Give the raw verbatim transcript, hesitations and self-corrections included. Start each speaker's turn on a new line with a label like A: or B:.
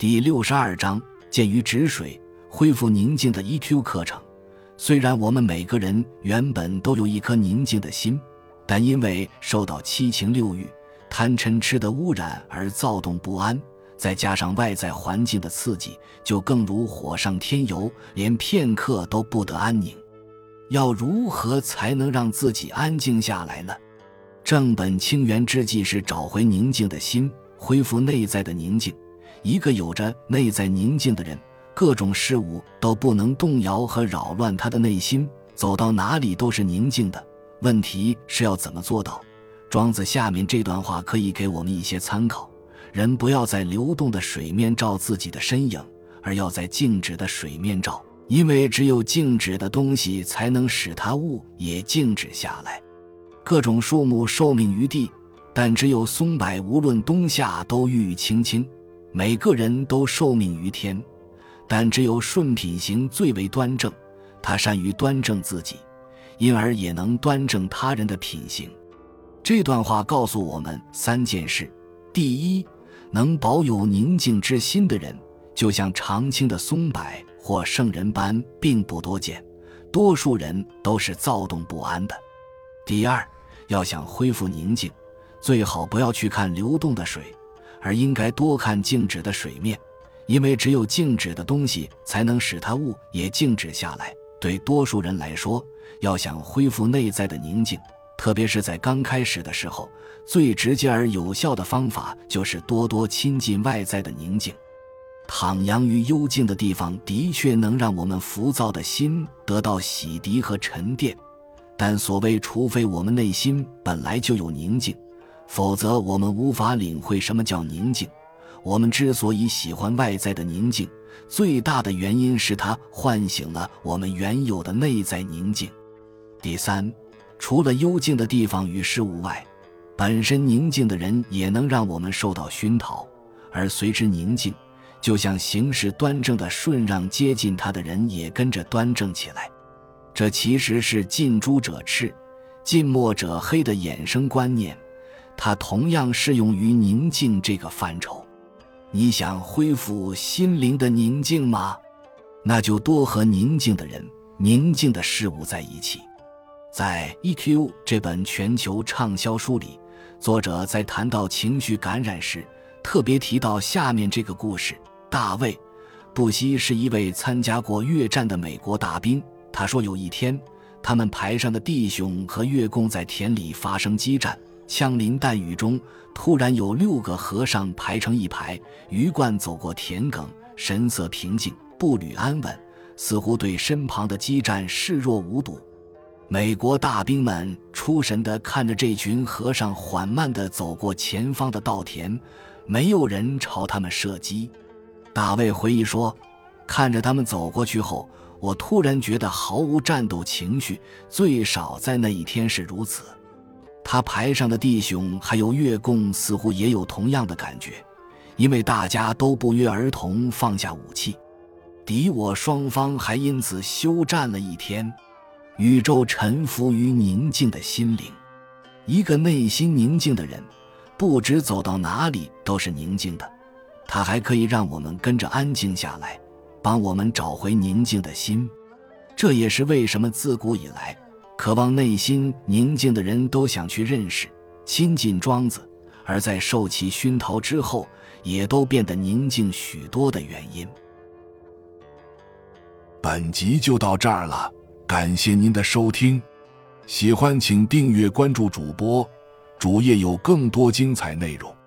A: 第六十二章鉴于止水恢复宁静的 E Q 课程。虽然我们每个人原本都有一颗宁静的心，但因为受到七情六欲、贪嗔痴的污染而躁动不安，再加上外在环境的刺激，就更如火上添油，连片刻都不得安宁。要如何才能让自己安静下来呢？正本清源之计是找回宁静的心，恢复内在的宁静。一个有着内在宁静的人，各种事物都不能动摇和扰乱他的内心，走到哪里都是宁静的。问题是要怎么做到？庄子下面这段话可以给我们一些参考：人不要在流动的水面照自己的身影，而要在静止的水面照，因为只有静止的东西才能使它物也静止下来。各种树木受命于地，但只有松柏无论冬夏都郁郁青青。每个人都受命于天，但只有顺品行最为端正，他善于端正自己，因而也能端正他人的品行。这段话告诉我们三件事：第一，能保有宁静之心的人，就像常青的松柏或圣人般并不多见，多数人都是躁动不安的。第二，要想恢复宁静，最好不要去看流动的水，而应该多看静止的水面，因为只有静止的东西才能使它物也静止下来。对多数人来说，要想恢复内在的宁静，特别是在刚开始的时候，最直接而有效的方法就是多多亲近外在的宁静。徜徉于幽静的地方的确能让我们浮躁的心得到洗涤和沉淀，但所谓除非我们内心本来就有宁静，否则我们无法领会什么叫宁静。我们之所以喜欢外在的宁静，最大的原因是它唤醒了我们原有的内在宁静。第三，除了幽静的地方与事物外，本身宁静的人也能让我们受到熏陶，而随之宁静，就像行事端正的顺让接近他的人也跟着端正起来。这其实是近朱者赤，近墨者黑的衍生观念，它同样适用于宁静这个范畴。你想恢复心灵的宁静吗？那就多和宁静的人、宁静的事物在一起。在 E Q 这本全球畅销书里，作者在谈到情绪感染时，特别提到下面这个故事。大卫·布希是一位参加过越战的美国大兵，他说有一天，他们排上的弟兄和越共在田里发生激战，枪林弹雨中，突然有六个和尚排成一排，鱼贯走过田埂，神色平静，步履安稳，似乎对身旁的激战视若无睹。美国大兵们出神地看着这群和尚缓慢地走过前方的稻田，没有人朝他们射击。大卫回忆说，看着他们走过去后，我突然觉得毫无战斗情绪，最少在那一天是如此。他排上的弟兄还有越共似乎也有同样的感觉，因为大家都不约而同放下武器。敌我双方还因此休战了一天。宇宙臣服于宁静的心灵。一个内心宁静的人，不只走到哪里都是宁静的，他还可以让我们跟着安静下来，帮我们找回宁静的心。这也是为什么自古以来，渴望内心宁静的人都想去认识、亲近庄子，而在受其熏陶之后，也都变得宁静许多的原因。
B: 本集就到这儿了，感谢您的收听，喜欢请订阅关注主播，主页有更多精彩内容。